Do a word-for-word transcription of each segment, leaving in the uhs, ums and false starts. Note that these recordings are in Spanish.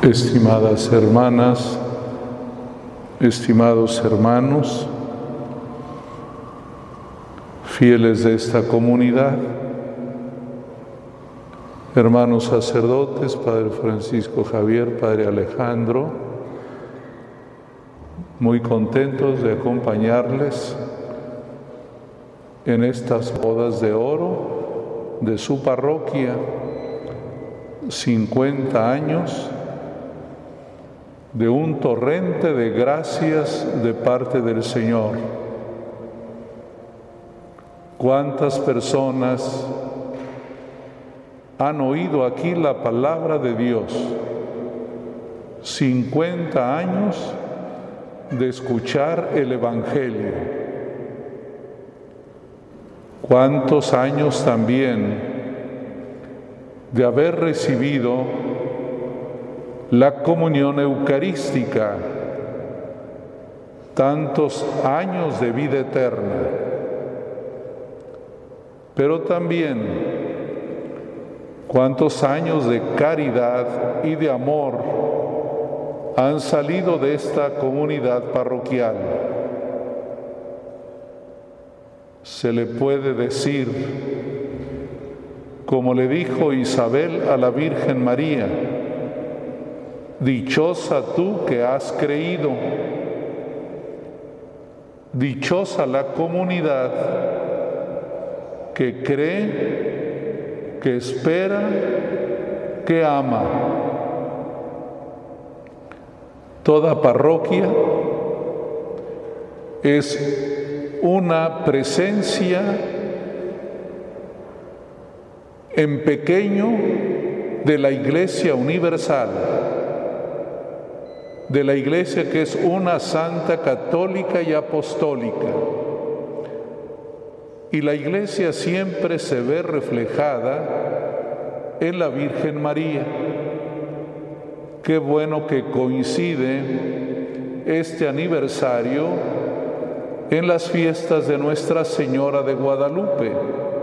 Estimadas hermanas, estimados hermanos, fieles de esta comunidad, hermanos sacerdotes, Padre Francisco Javier, Padre Alejandro, muy contentos de acompañarles en estas bodas de oro de su parroquia, cincuenta años de un torrente de gracias de parte del Señor. ¿Cuántas personas han oído aquí la palabra de Dios? cincuenta años de escuchar el Evangelio. ¿Cuántos años también de haber recibido la comunión eucarística? Tantos años de vida eterna. Pero también cuántos años de caridad y de amor han salido de esta comunidad parroquial. Se le puede decir, como le dijo Isabel a la Virgen María: dichosa tú que has creído, dichosa la comunidad que cree, que espera, que ama. Toda parroquia es una presencia en pequeño de la Iglesia universal, de la Iglesia que es una santa, católica y apostólica. Y la Iglesia siempre se ve reflejada en la Virgen María. Qué bueno que coincide este aniversario en las fiestas de Nuestra Señora de Guadalupe.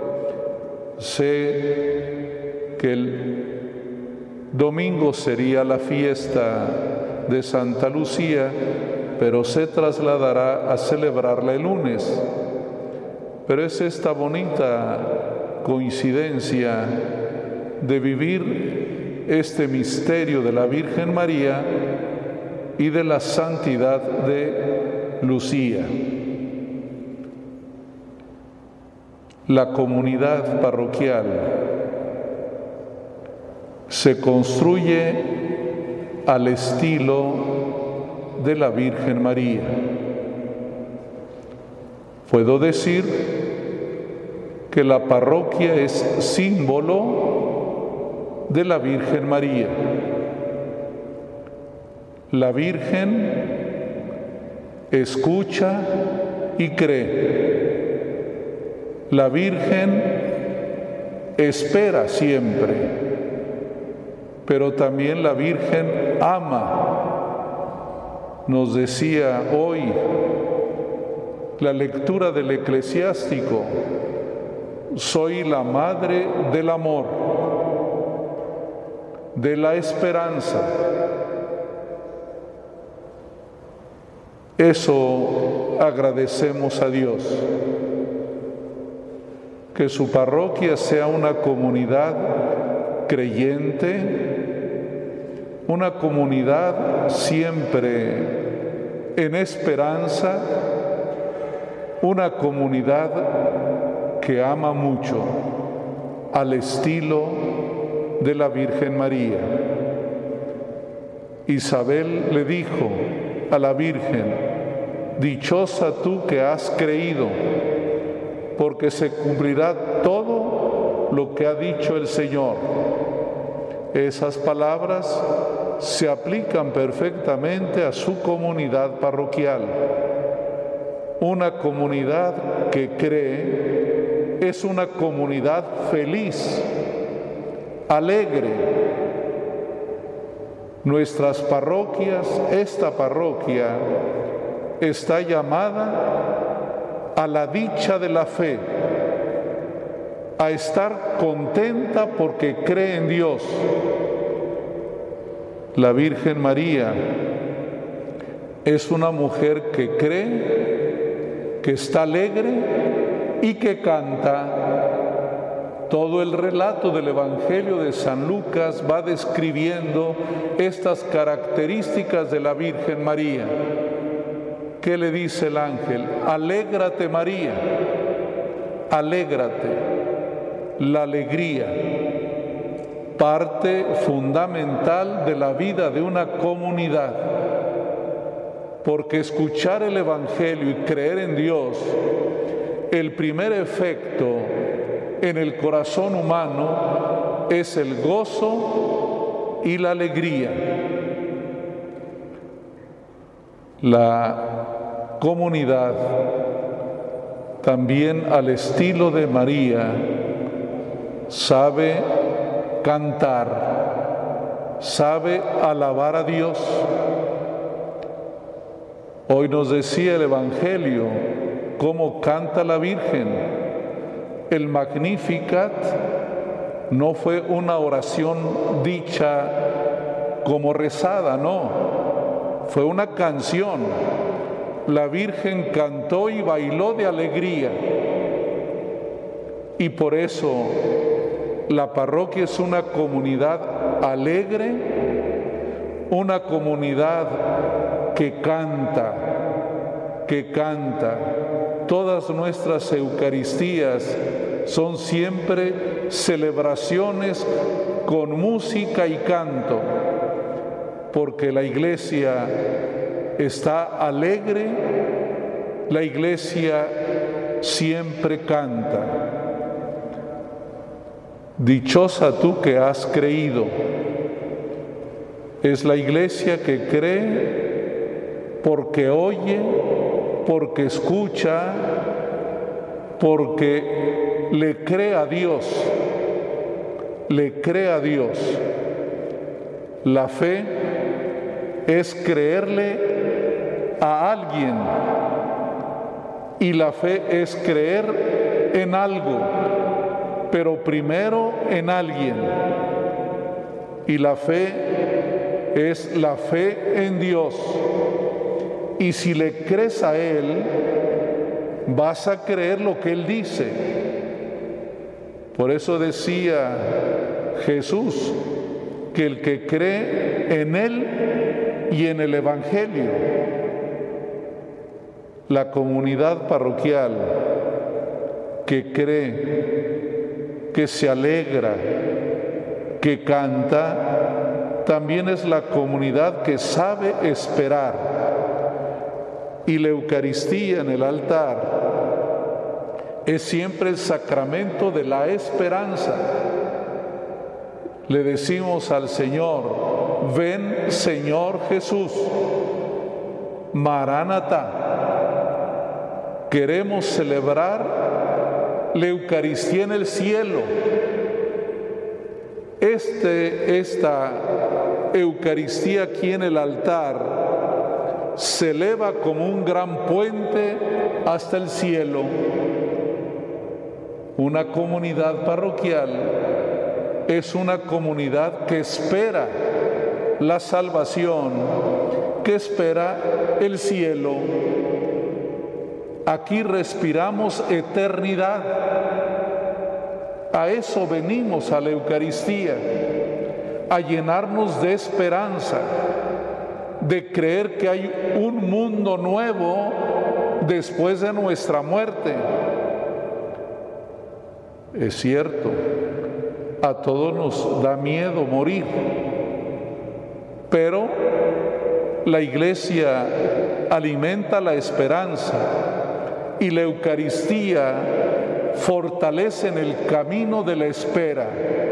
Sé que el domingo sería la fiesta de Santa Lucía, pero se trasladará a celebrarla el lunes. Pero es esta bonita coincidencia de vivir este misterio de la Virgen María y de la santidad de Lucía. La comunidad parroquial se construye al estilo de la Virgen María. Puedo decir que la parroquia es símbolo de la Virgen María. La Virgen escucha y cree. La Virgen espera siempre, pero también la Virgen ama. Nos decía hoy la lectura del Eclesiástico: soy la madre del amor, de la esperanza. Eso agradecemos a Dios. Que su parroquia sea una comunidad creyente, una comunidad siempre en esperanza, una comunidad que ama mucho, al estilo de la Virgen María. Isabel le dijo a la Virgen: dichosa tú que has creído, porque se cumplirá todo lo que ha dicho el Señor. Esas palabras se aplican perfectamente a su comunidad parroquial. Una comunidad que cree es una comunidad feliz, alegre. Nuestras parroquias, esta parroquia, está llamada a la dicha de la fe, a estar contenta porque cree en Dios. La Virgen María es una mujer que cree, que está alegre y que canta. Todo el relato del Evangelio de San Lucas va describiendo estas características de la Virgen María. ¿Qué le dice el ángel? Alégrate, María, alégrate. La alegría, parte fundamental de la vida de una comunidad, porque escuchar el Evangelio y creer en Dios, el primer efecto en el corazón humano es el gozo y la alegría. La comunidad, también al estilo de María, sabe cantar, sabe alabar a Dios. Hoy nos decía el Evangelio cómo canta la Virgen. El Magnificat no fue una oración dicha como rezada, no, fue una canción. La Virgen cantó y bailó de alegría. Y por eso la parroquia es una comunidad alegre, una comunidad que canta, que canta. Todas nuestras Eucaristías son siempre celebraciones con música y canto, porque la Iglesia está alegre, la Iglesia siempre canta. Dichosa tú que has creído. Es la Iglesia que cree porque oye, porque escucha, porque le cree a Dios, le cree a Dios. La fe es creerle a alguien y la fe es creer en algo, pero primero en alguien. Y la fe es la fe en Dios. Y si le crees a Él, vas a creer lo que Él dice. Por eso decía Jesús que el que cree en Él y en el Evangelio, la comunidad parroquial que cree, que se alegra, que canta, también es la comunidad que sabe esperar. Y la Eucaristía en el altar es siempre el sacramento de la esperanza. Le decimos al Señor: ven, Señor Jesús, Maránata. Queremos celebrar la Eucaristía en el cielo. Este, esta Eucaristía aquí en el altar se eleva como un gran puente hasta el cielo. Una comunidad parroquial es una comunidad que espera la salvación, que espera el cielo. Aquí respiramos eternidad. A eso venimos a la Eucaristía, a llenarnos de esperanza, de creer que hay un mundo nuevo después de nuestra muerte. Es cierto, a todos nos da miedo morir, pero la Iglesia alimenta la esperanza y la Eucaristía fortalece en el camino de la espera.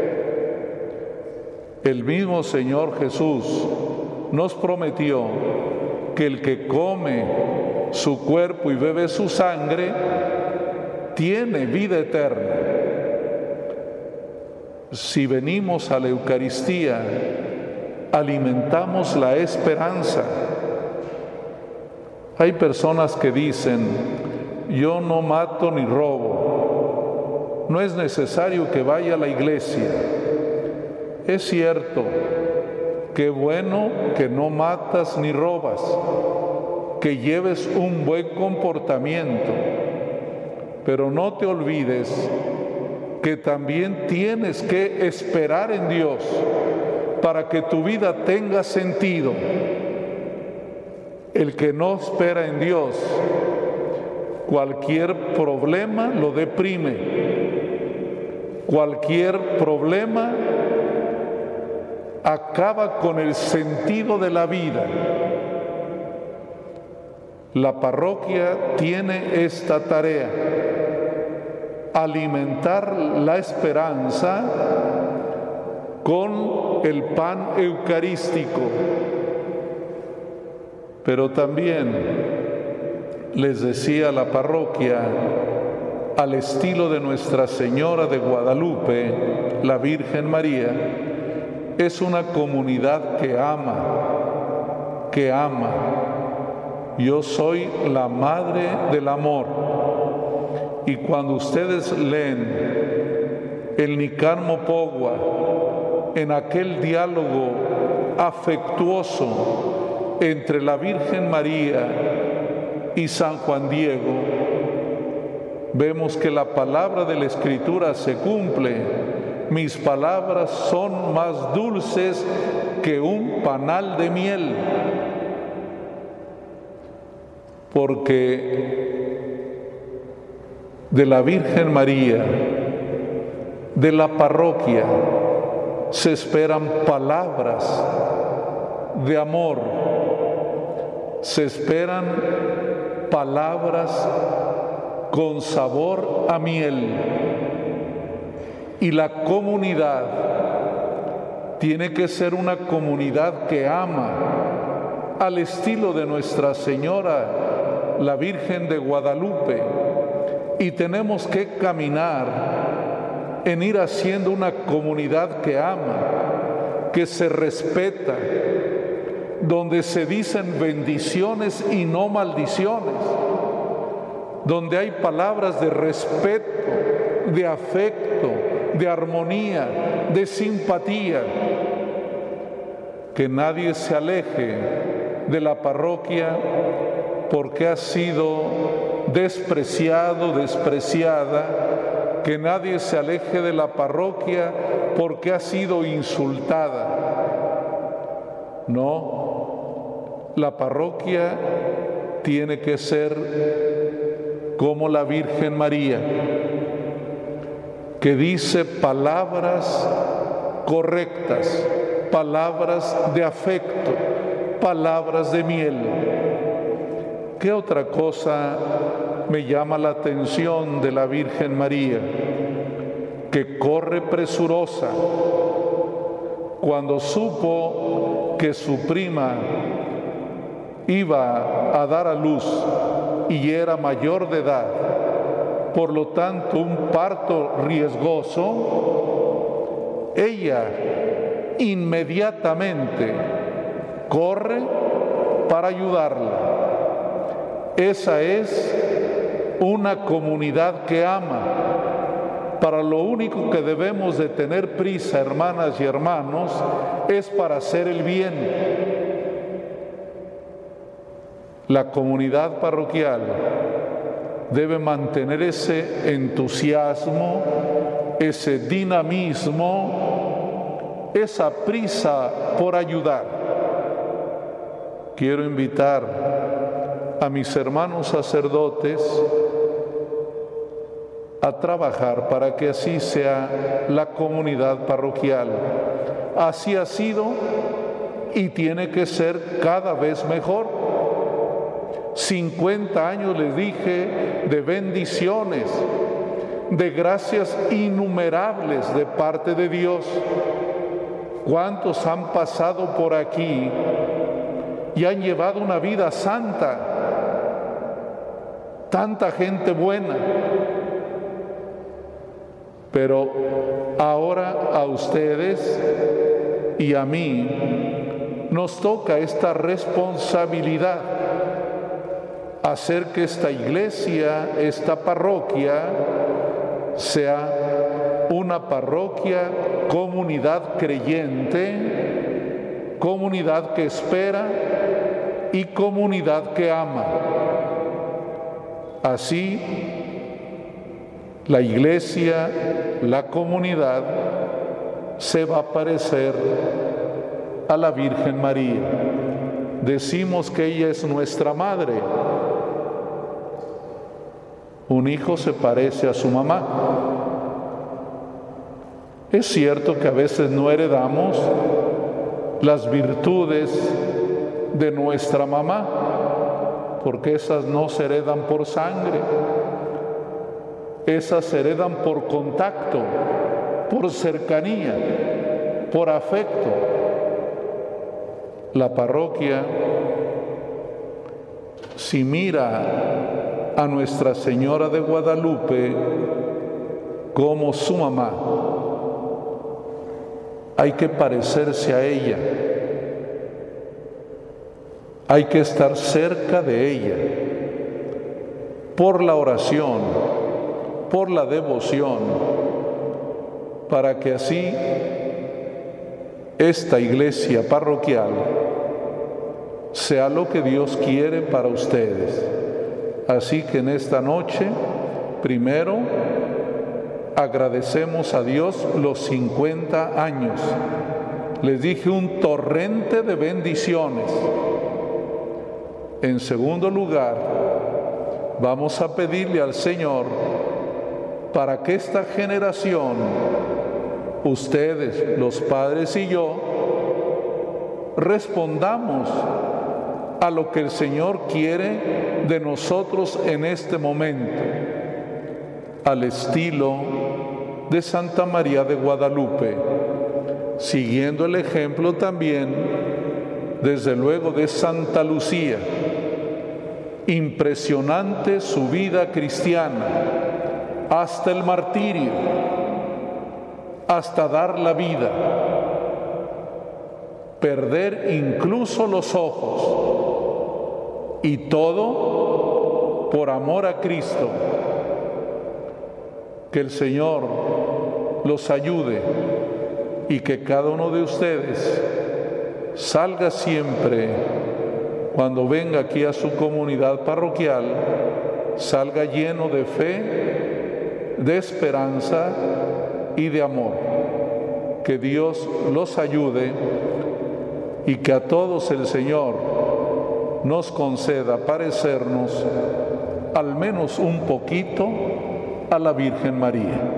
El mismo Señor Jesús nos prometió que el que come su cuerpo y bebe su sangre tiene vida eterna. Si venimos a la Eucaristía, alimentamos la esperanza. Hay personas que dicen: yo no mato ni robo, no es necesario que vaya a la iglesia. Es cierto, qué bueno que no matas ni robas, que lleves un buen comportamiento, pero no te olvides que también tienes que esperar en Dios para que tu vida tenga sentido. El que no espera en Dios, cualquier problema lo deprime, cualquier problema acaba con el sentido de la vida. La parroquia tiene esta tarea: alimentar la esperanza con el pan eucarístico. Pero también les decía la parroquia, al estilo de Nuestra Señora de Guadalupe, la Virgen María, es una comunidad que ama, que ama. Yo soy la madre del amor. Y cuando ustedes leen el Nican Mopogua, en aquel diálogo afectuoso entre la Virgen María y San Juan Diego, vemos que la palabra de la Escritura se cumple. Mis palabras son más dulces que un panal de miel, porque de la Virgen María, de la parroquia, se esperan palabras de amor, se esperan palabras con sabor a miel. Y la comunidad tiene que ser una comunidad que ama, al estilo de Nuestra Señora, la Virgen de Guadalupe. Y tenemos que caminar en ir haciendo una comunidad que ama, que se respeta, donde se dicen bendiciones y no maldiciones, donde hay palabras de respeto, de afecto, de armonía, de simpatía. Que nadie se aleje de la parroquia porque ha sido despreciado, despreciada. Que nadie se aleje de la parroquia porque ha sido insultada. No, la parroquia tiene que ser como la Virgen María, que dice palabras correctas, palabras de afecto, palabras de miel. ¿Qué otra cosa me llama la atención de la Virgen María? Que corre presurosa. Cuando supo que su prima iba a dar a luz y era mayor de edad, por lo tanto un parto riesgoso, ella inmediatamente corre para ayudarla. Esa es una comunidad que ama. Para lo único que debemos de tener prisa, hermanas y hermanos, es para hacer el bien. La comunidad parroquial debe mantener ese entusiasmo, ese dinamismo, esa prisa por ayudar. Quiero invitar a mis hermanos sacerdotes a trabajar para que así sea la comunidad parroquial. Así ha sido y tiene que ser cada vez mejor. cincuenta años les dije de bendiciones, de gracias innumerables de parte de Dios. ¿Cuántos han pasado por aquí y han llevado una vida santa? Tanta gente buena. Pero ahora a ustedes y a mí nos toca esta responsabilidad, hacer que esta iglesia, esta parroquia, sea una parroquia, comunidad creyente, comunidad que espera y comunidad que ama. Así, la Iglesia, la comunidad, se va a parecer a la Virgen María. Decimos que ella es nuestra madre. Un hijo se parece a su mamá. Es cierto que a veces no heredamos las virtudes de nuestra mamá, porque esas no se heredan por sangre, esas se heredan por contacto, por cercanía, por afecto. La parroquia, si mira a Nuestra Señora de Guadalupe como su mamá, hay que parecerse a ella, hay que estar cerca de ella, por la oración, por la devoción, para que así esta iglesia parroquial sea lo que Dios quiere para ustedes. Así que en esta noche, primero, agradecemos a Dios los cincuenta años. Les dije, un torrente de bendiciones. En segundo lugar, vamos a pedirle al Señor para que esta generación, ustedes, los padres y yo, respondamos a lo que el Señor quiere de nosotros en este momento, al estilo de Santa María de Guadalupe, siguiendo el ejemplo también, desde luego, de Santa Lucía. Impresionante su vida cristiana, hasta el martirio, hasta dar la vida, perder incluso los ojos, y todo por amor a Cristo. Que el Señor los ayude y que cada uno de ustedes salga siempre, cuando venga aquí a su comunidad parroquial, salga lleno de fe, de esperanza y de amor. Que Dios los ayude y que a todos el Señor nos conceda parecernos al menos un poquito a la Virgen María.